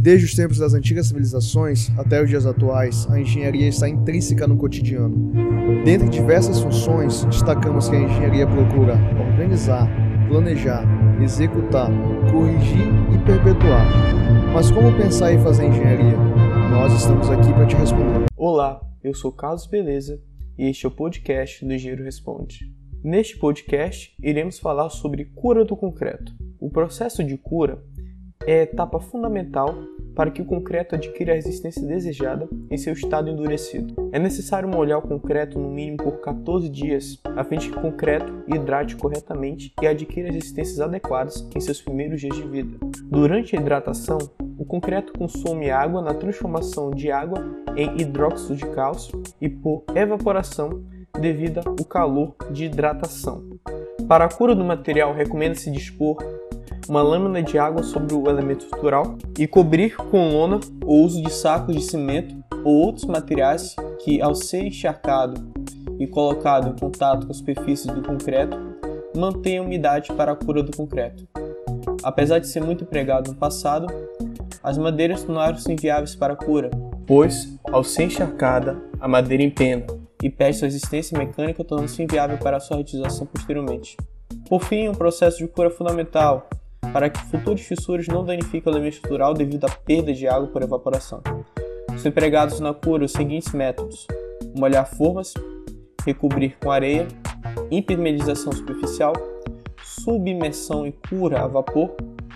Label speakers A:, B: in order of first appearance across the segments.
A: Desde os tempos das antigas civilizações até os dias atuais, a engenharia está intrínseca no cotidiano. Dentre diversas funções, destacamos que a engenharia procura organizar, planejar, executar, corrigir e perpetuar. Mas como pensar em fazer engenharia? Nós estamos aqui para te responder.
B: Olá, eu sou Carlos Beleza e este é o podcast do Engenheiro Responde. Neste podcast, iremos falar sobre cura do concreto. O processo de cura é a etapa fundamental para que o concreto adquira a resistência desejada em seu estado endurecido. É necessário molhar o concreto no mínimo por 14 dias, a fim de que o concreto hidrate corretamente e adquira as resistências adequadas em seus primeiros dias de vida. Durante a hidratação, o concreto consome água na transformação de água em hidróxido de cálcio e por evaporação devido ao calor de hidratação. Para a cura do material, recomenda-se dispor uma lâmina de água sobre o elemento estrutural e cobrir com lona o uso de sacos de cimento ou outros materiais que, ao ser encharcado e colocado em contato com a superfície do concreto, mantenham umidade para a cura do concreto. Apesar de ser muito empregado no passado, as madeiras tornaram-se inviáveis para a cura, pois, ao ser encharcada, a madeira empena e perde sua resistência mecânica, tornando-se inviável para a sua reutilização posteriormente. Por fim, um processo de cura fundamental para que futuras fissuras não danifiquem o elemento estrutural devido à perda de água por evaporação. São empregados na cura os seguintes métodos: molhar formas, recobrir com areia, impermeabilização superficial, submersão e cura a vapor.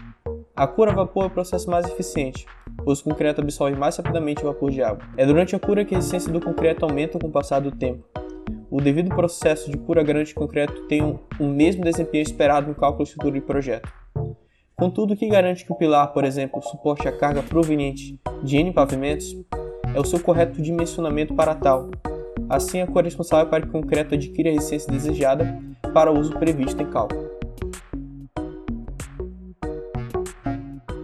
B: A cura a vapor é o processo mais eficiente, pois o concreto absorve mais rapidamente o vapor de água. É durante a cura que a resistência do concreto aumenta com o passar do tempo. O devido processo de cura garante que o concreto tenha o mesmo desempenho esperado no cálculo de estrutura de projeto. Contudo, o que garante que o pilar, por exemplo, suporte a carga proveniente de N pavimentos é o seu correto dimensionamento para tal. Assim, a cura é responsável para que o concreto adquira a resistência desejada para o uso previsto em cálculo.